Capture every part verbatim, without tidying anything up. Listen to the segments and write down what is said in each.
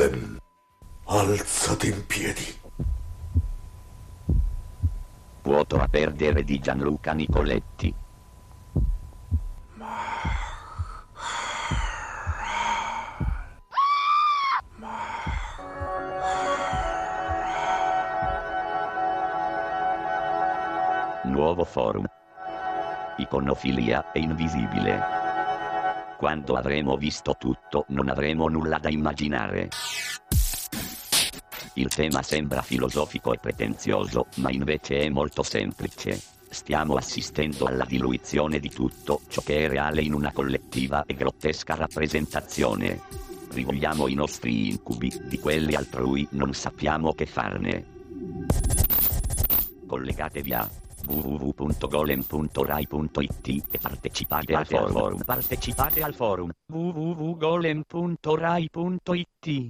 Golem, alzati in piedi. Vuoto a perdere di Gianluca Nicoletti. Nuovo forum. Iconofilia è invisibile. Quando avremo visto tutto, non avremo nulla da immaginare. Il tema sembra filosofico e pretenzioso, ma invece è molto semplice. Stiamo assistendo alla diluizione di tutto ciò che è reale in una collettiva e grottesca rappresentazione. Rivogliamo i nostri incubi, di quelli altrui non sappiamo che farne. Collegatevi a w w w punto golem punto rai punto it e partecipate al forum. Partecipate al forum w w w punto golem punto rai punto it.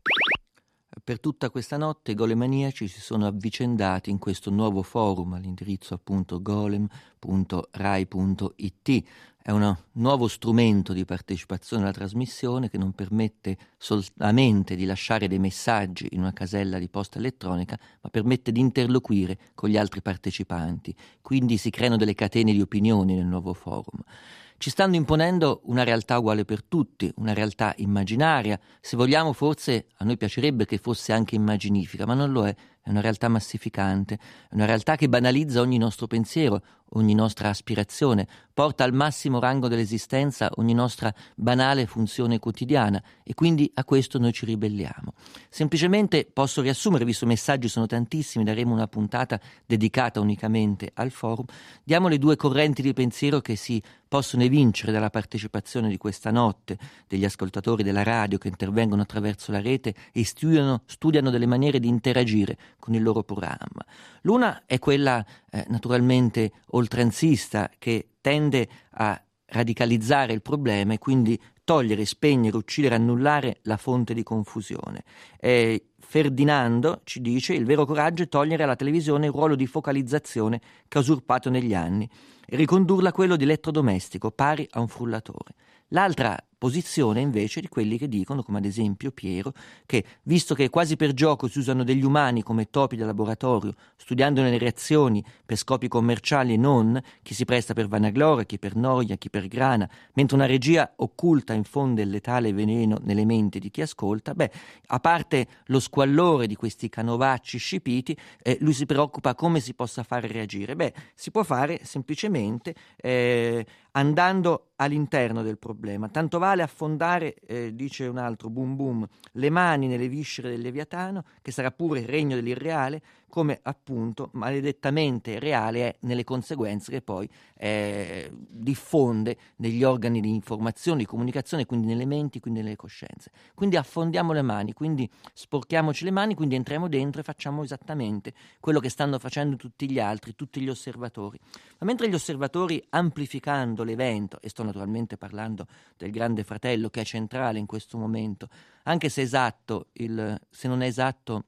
Per tutta questa notte i golemaniaci si sono avvicendati in questo nuovo forum all'indirizzo appunto golem punto rai punto it. È un nuovo strumento di partecipazione alla trasmissione che non permette solamente di lasciare dei messaggi in una casella di posta elettronica, ma permette di interloquire con gli altri partecipanti. Quindi si creano delle catene di opinioni nel nuovo forum. Ci stanno imponendo una realtà uguale per tutti, una realtà immaginaria. Se vogliamo, forse a noi piacerebbe che fosse anche immaginifica, ma non lo è. È una realtà massificante, è una realtà che banalizza ogni nostro pensiero, ogni nostra aspirazione, porta al massimo rango dell'esistenza ogni nostra banale funzione quotidiana e quindi a questo noi ci ribelliamo. Semplicemente posso riassumere, visto i messaggi sono tantissimi, daremo una puntata dedicata unicamente al forum, diamo le due correnti di pensiero che si possono evincere dalla partecipazione di questa notte, degli ascoltatori della radio che intervengono attraverso la rete e studiano, studiano delle maniere di interagire con il loro programma. L'una è quella eh, naturalmente oltranzista che tende a radicalizzare il problema e quindi togliere, spegnere, uccidere, annullare la fonte di confusione. Eh, Ferdinando ci dice: il vero coraggio è togliere alla televisione il ruolo di focalizzazione che ha usurpato negli anni e ricondurla a quello di elettrodomestico pari a un frullatore. L'altra posizione invece di quelli che dicono, come ad esempio Piero, che visto che quasi per gioco si usano degli umani come topi da laboratorio, studiandone le reazioni per scopi commerciali e non, chi si presta per vanagloria, chi per noia, chi per grana, mentre una regia occulta infonde il letale veleno nelle menti di chi ascolta, beh, a parte lo squallore di questi canovacci scipiti, eh, lui si preoccupa come si possa fare reagire. Beh, si può fare semplicemente eh, andando all'interno del problema. Tanto vale affondare, eh, dice un altro, boom boom, le mani nelle viscere del Leviatano, che sarà pure il regno dell'irreale, come appunto maledettamente reale è nelle conseguenze che poi eh, diffonde negli organi di informazione, di comunicazione, quindi nelle menti, quindi nelle coscienze. Quindi affondiamo le mani, quindi sporchiamoci le mani, quindi entriamo dentro e facciamo esattamente quello che stanno facendo tutti gli altri, tutti gli osservatori. Ma mentre gli osservatori, amplificando l'evento, e sto naturalmente parlando del Grande Fratello che è centrale in questo momento, anche se esatto, il, se non è esatto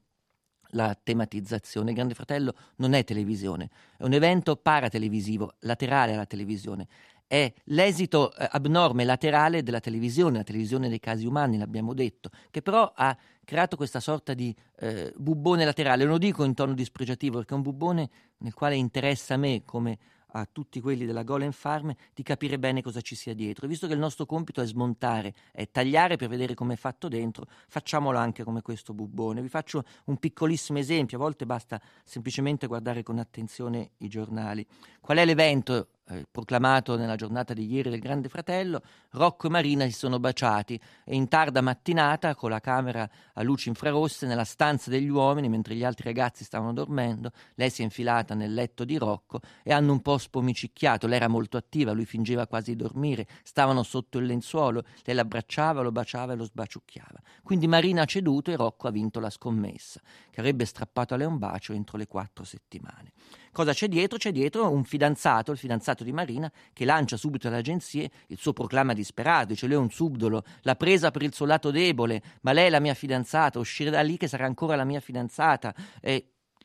la tematizzazione, il Grande Fratello non è televisione, è un evento paratelevisivo, laterale alla televisione, è l'esito eh, abnorme, laterale della televisione, la televisione dei casi umani, l'abbiamo detto, che però ha creato questa sorta di eh, bubbone laterale. Non lo dico in tono dispregiativo, perché è un bubbone nel quale interessa a me, come a tutti quelli della Golem Farm, di capire bene cosa ci sia dietro. E visto che il nostro compito è smontare, è tagliare per vedere come è fatto dentro, facciamolo anche come questo bubbone. Vi faccio un piccolissimo esempio, a volte basta semplicemente guardare con attenzione i giornali. Qual è l'evento eh, proclamato nella giornata di ieri del Grande Fratello? Rocco e Marina si sono baciati e in tarda mattinata, con la camera a luci infrarosse, nella stanza degli uomini, mentre gli altri ragazzi stavano dormendo, lei si è infilata nel letto di Rocco e hanno un po' spomicicchiato. Lei era molto attiva, lui fingeva quasi di dormire, stavano sotto il lenzuolo, lei l'abbracciava, lo baciava e lo sbaciucchiava. Quindi Marina ha ceduto e Rocco ha vinto la scommessa, che avrebbe strappato a lei un bacio entro le quattro settimane. Cosa c'è dietro? C'è dietro un fidanzato, il fidanzato di Marina, che lancia subito alle agenzie il suo proclama disperato, dice: lui è un subdolo, l'ha presa per il suo lato debole, ma lei è la mia fidanzata, uscire da lì che sarà ancora la mia fidanzata. E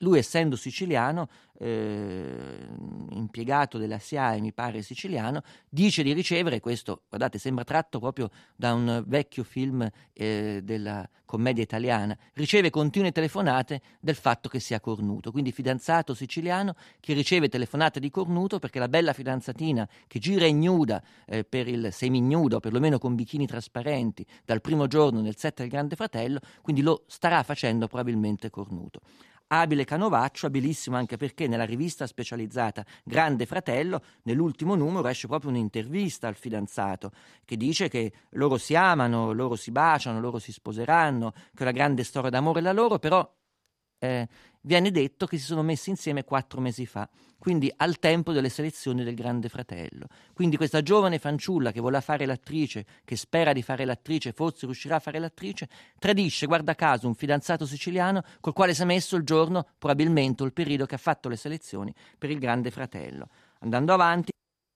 lui, essendo siciliano, eh, impiegato della S I A E, mi pare siciliano, dice di ricevere questo, guardate, sembra tratto proprio da un vecchio film eh, della commedia italiana, riceve continue telefonate del fatto che sia cornuto, quindi fidanzato siciliano che riceve telefonate di cornuto perché la bella fidanzatina che gira ignuda eh, per il semignuda o perlomeno con bikini trasparenti dal primo giorno nel set del Grande Fratello, quindi lo starà facendo probabilmente cornuto. Abile canovaccio, abilissimo anche perché nella rivista specializzata Grande Fratello, nell'ultimo numero esce proprio un'intervista al fidanzato che dice che loro si amano, loro si baciano, loro si sposeranno, che è una grande storia d'amore la loro, però eh, viene detto che si sono messi insieme quattro mesi fa, quindi al tempo delle selezioni del Grande Fratello. Quindi questa giovane fanciulla che vuole fare l'attrice, che spera di fare l'attrice, forse riuscirà a fare l'attrice, tradisce, guarda caso, un fidanzato siciliano col quale si è messo il giorno, probabilmente, o il periodo che ha fatto le selezioni per il Grande Fratello. Andando avanti.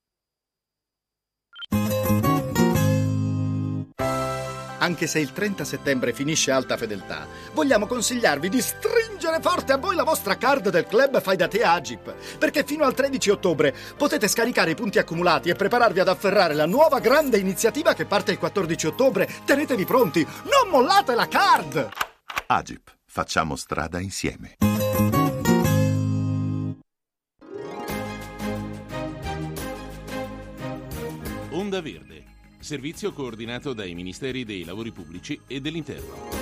Anche se il trenta settembre finisce Alta Fedeltà, vogliamo consigliarvi di stringere forte a voi la vostra card del club Fai da te Agip, perché fino al tredici ottobre potete scaricare i punti accumulati e prepararvi ad afferrare la nuova grande iniziativa che parte il quattordici ottobre. Tenetevi pronti, non mollate la card! Agip, facciamo strada insieme. Onda Verde, servizio coordinato dai Ministeri dei Lavori Pubblici e dell'Interno.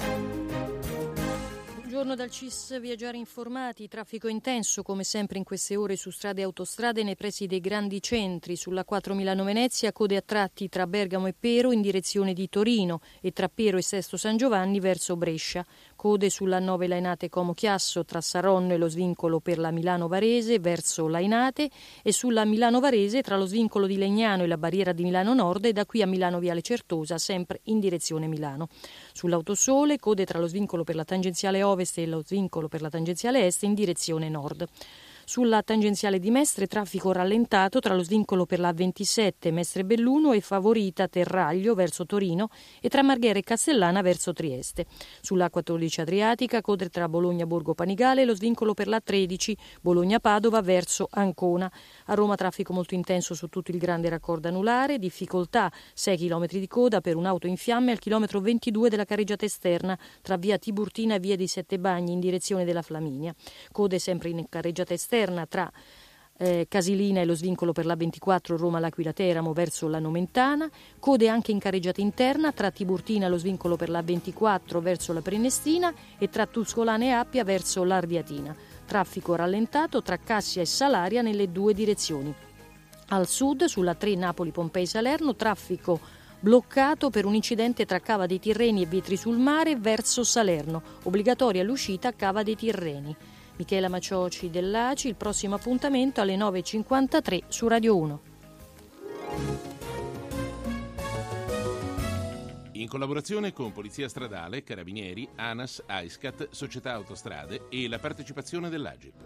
Buongiorno dal C I S, viaggiare informati, traffico intenso come sempre in queste ore su strade e autostrade nei pressi dei grandi centri, sulla quattro Milano-Venezia, code a tratti tra Bergamo e Pero in direzione di Torino e tra Pero e Sesto San Giovanni verso Brescia, code sulla nove Lainate Como-Chiasso tra Saronno e lo svincolo per la Milano-Varese verso Lainate e sulla Milano-Varese tra lo svincolo di Legnano e la barriera di Milano Nord e da qui a Milano Viale Certosa sempre in direzione Milano. Sull'Autosole, code tra lo svincolo per la tangenziale Ovest e lo svincolo per la tangenziale Est in direzione Nord. Sulla tangenziale di Mestre traffico rallentato tra lo svincolo per la A ventisette Mestre Belluno e Favorita Terraglio verso Torino e tra Marghera e Castellana verso Trieste. Sulla A quattordici Adriatica code tra Bologna Borgo Panigale e lo svincolo per la A tredici Bologna Padova verso Ancona. A Roma traffico molto intenso su tutto il grande raccordo anulare, difficoltà sei chilometri di coda per un'auto in fiamme al chilometro ventidue della carreggiata esterna tra via Tiburtina e via dei Sette Bagni in direzione della Flaminia. Code sempre in carreggiata esterna tra eh, Casilina e lo svincolo per la ventiquattro Roma-L'Aquila Teramo verso la Nomentana, code anche in carreggiata interna tra Tiburtina e lo svincolo per la ventiquattro verso la Prenestina e tra Tuscolana e Appia verso l'Ardiatina. Traffico rallentato tra Cassia e Salaria nelle due direzioni. Al sud, sulla tre Napoli-Pompei-Salerno, traffico bloccato per un incidente tra Cava dei Tirreni e Vetri sul Mare verso Salerno, obbligatoria l'uscita a Cava dei Tirreni. Michela Macioci dell'A C I, il prossimo appuntamento alle nove e cinquantatré su Radio uno. In collaborazione con Polizia Stradale, Carabinieri, ANAS, AISCAT, Società Autostrade e la partecipazione dell'Agip.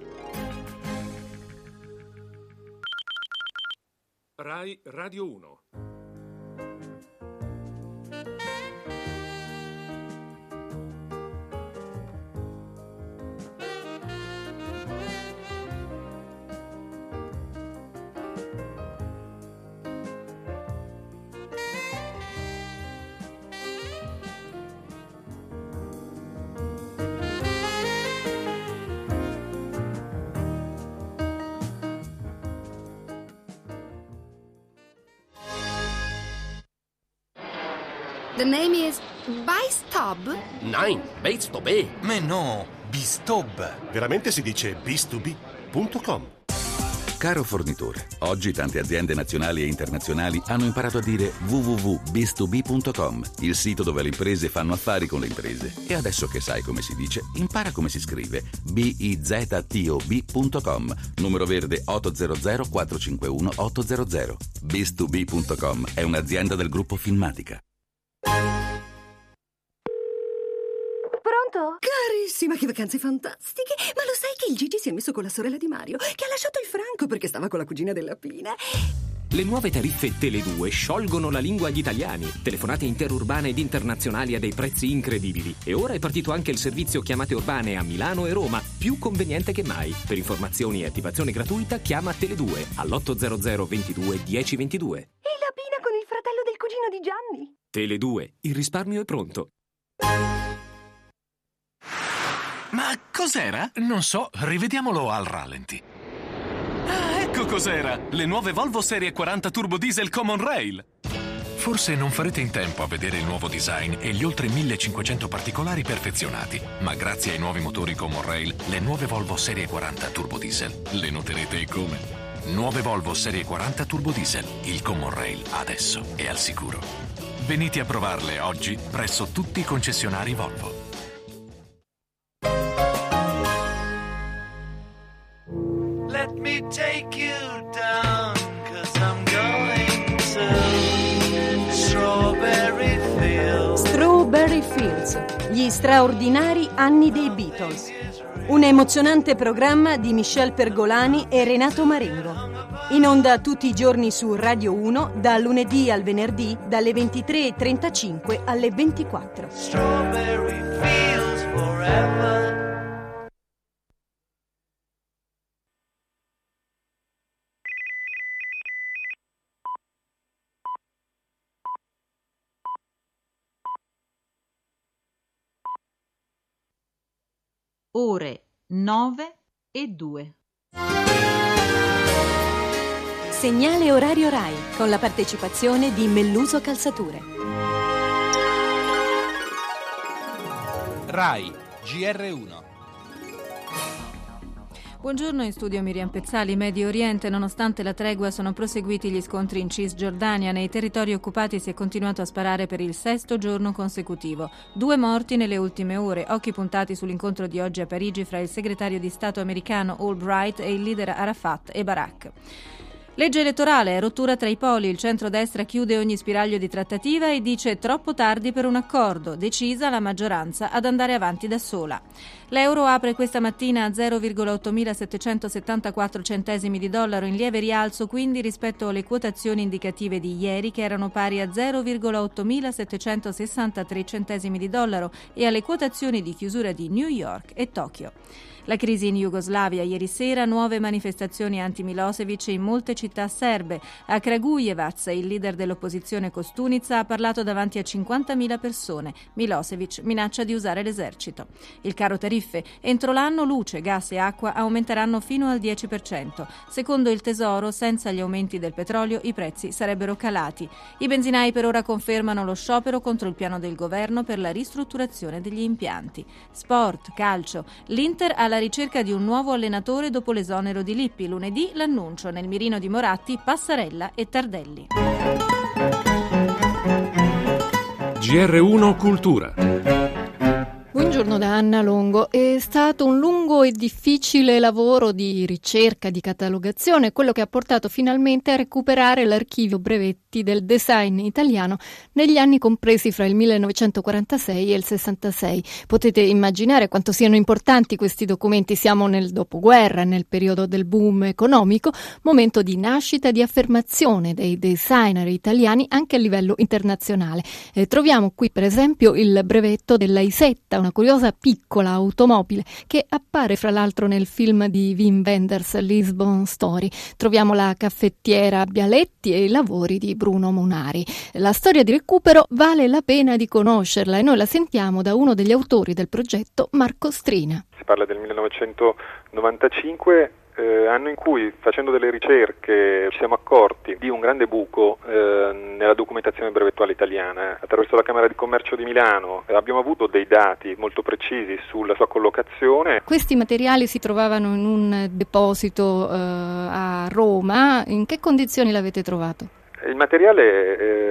Rai Radio uno. The name is Bistob? Nein, Beiztobe. Ma no, Bistob. Veramente si dice bis to be punto com. Caro fornitore, oggi tante aziende nazionali e internazionali hanno imparato a dire w w w punto bis to b punto com, il sito dove le imprese fanno affari con le imprese. E adesso che sai come si dice, impara come si scrive. B I Z T O B punto com, numero verde otto zero zero quattro cinque uno otto zero zero. bis to b punto com è un'azienda del gruppo Filmatica. Pronto? Carissima, che vacanze fantastiche! Ma lo sai che il Gigi si è messo con la sorella di Mario, che ha lasciato il Franco perché stava con la cugina della Pina? Le nuove tariffe Tele due sciolgono la lingua agli italiani. Telefonate interurbane ed internazionali a dei prezzi incredibili. E ora è partito anche il servizio chiamate urbane a Milano e Roma, più conveniente che mai. Per informazioni e attivazione gratuita chiama Tele due all'ottocento ventidue dieci ventidue. E la Pina con il fratello del cugino di Gianni. Tele due, il risparmio è pronto. Ma cos'era? Non so, rivediamolo al rallenti. Ah, ecco cos'era! Le nuove Volvo Serie quaranta Turbo Diesel Common Rail. Forse non farete in tempo a vedere il nuovo design e gli oltre millecinquecento particolari perfezionati, ma grazie ai nuovi motori Common Rail, le nuove Volvo Serie quaranta Turbo Diesel le noterete come. Nuove Volvo Serie quaranta Turbo Diesel, il Common Rail adesso è al sicuro. Venite a provarle oggi presso tutti i concessionari Volvo. Let me take you down, 'cause I'm going to Strawberry Fields. Strawberry Fields, gli straordinari anni dei Beatles. Un emozionante programma di Michel Pergolani e Renato Marengo. In onda tutti i giorni su Radio uno, da lunedì al venerdì, dalle ventitré e trentacinque alle ventiquattro. Strawberry Fields forever. Ore nove e due. Segnale orario Rai, con la partecipazione di Melluso Calzature. Rai G R uno. Buongiorno, in studio Miriam Pezzali. Medio Oriente, nonostante la tregua, sono proseguiti gli scontri in Cisgiordania. Nei territori occupati si è continuato a sparare per il sesto giorno consecutivo. Due morti nelle ultime ore. Occhi puntati sull'incontro di oggi a Parigi fra il segretario di Stato americano Albright e il leader Arafat e Barak. Legge elettorale, rottura tra i poli, il centrodestra chiude ogni spiraglio di trattativa e dice troppo tardi per un accordo, decisa la maggioranza ad andare avanti da sola. L'euro apre questa mattina a zero virgola ottomilasettecentosettantaquattro centesimi di dollaro, in lieve rialzo quindi rispetto alle quotazioni indicative di ieri che erano pari a zero virgola ottomilasettecentosessantatré centesimi di dollaro e alle quotazioni di chiusura di New York e Tokyo. La crisi in Jugoslavia, ieri sera nuove manifestazioni anti-Milosevic in molte città serbe. A Kragujevac il leader dell'opposizione Kostunica ha parlato davanti a cinquantamila persone. Milosevic minaccia di usare l'esercito. Il caro tariffe, entro l'anno luce, gas e acqua aumenteranno fino al dieci per cento. Secondo il Tesoro, senza gli aumenti del petrolio i prezzi sarebbero calati. I benzinai per ora confermano lo sciopero contro il piano del governo per la ristrutturazione degli impianti. Sport, calcio, l'Inter alla ricerca di un nuovo allenatore dopo l'esonero di Lippi. Lunedì l'annuncio, nel mirino di Moratti, Passarella e Tardelli. G R uno Cultura. Buongiorno da Anna Longo. È stato un lungo e difficile lavoro di ricerca, di catalogazione, quello che ha portato finalmente a recuperare l'archivio brevetti del design italiano negli anni compresi fra il millenovecentoquarantasei e il sessantasei. Potete immaginare quanto siano importanti questi documenti. Siamo nel dopoguerra, nel periodo del boom economico, momento di nascita, di affermazione dei designer italiani anche a livello internazionale. Eh, troviamo qui per esempio il brevetto della Isetta, una curiosa piccola automobile che appare fra l'altro nel film di Wim Wenders Lisbon Story. Troviamo la caffettiera Bialetti e i lavori di Bruno Munari. La storia di recupero vale la pena di conoscerla e noi la sentiamo da uno degli autori del progetto, Marco Strina. Si parla del millenovecentonovantacinque, eh, anno in cui, facendo delle ricerche, ci siamo accorti di un grande buco eh, nella documentazione brevettuale italiana. Attraverso la Camera di Commercio di Milano eh, abbiamo avuto dei dati molto precisi sulla sua collocazione. Questi materiali si trovavano in un deposito eh, a Roma. In che condizioni l'avete trovato? Il materiale eh,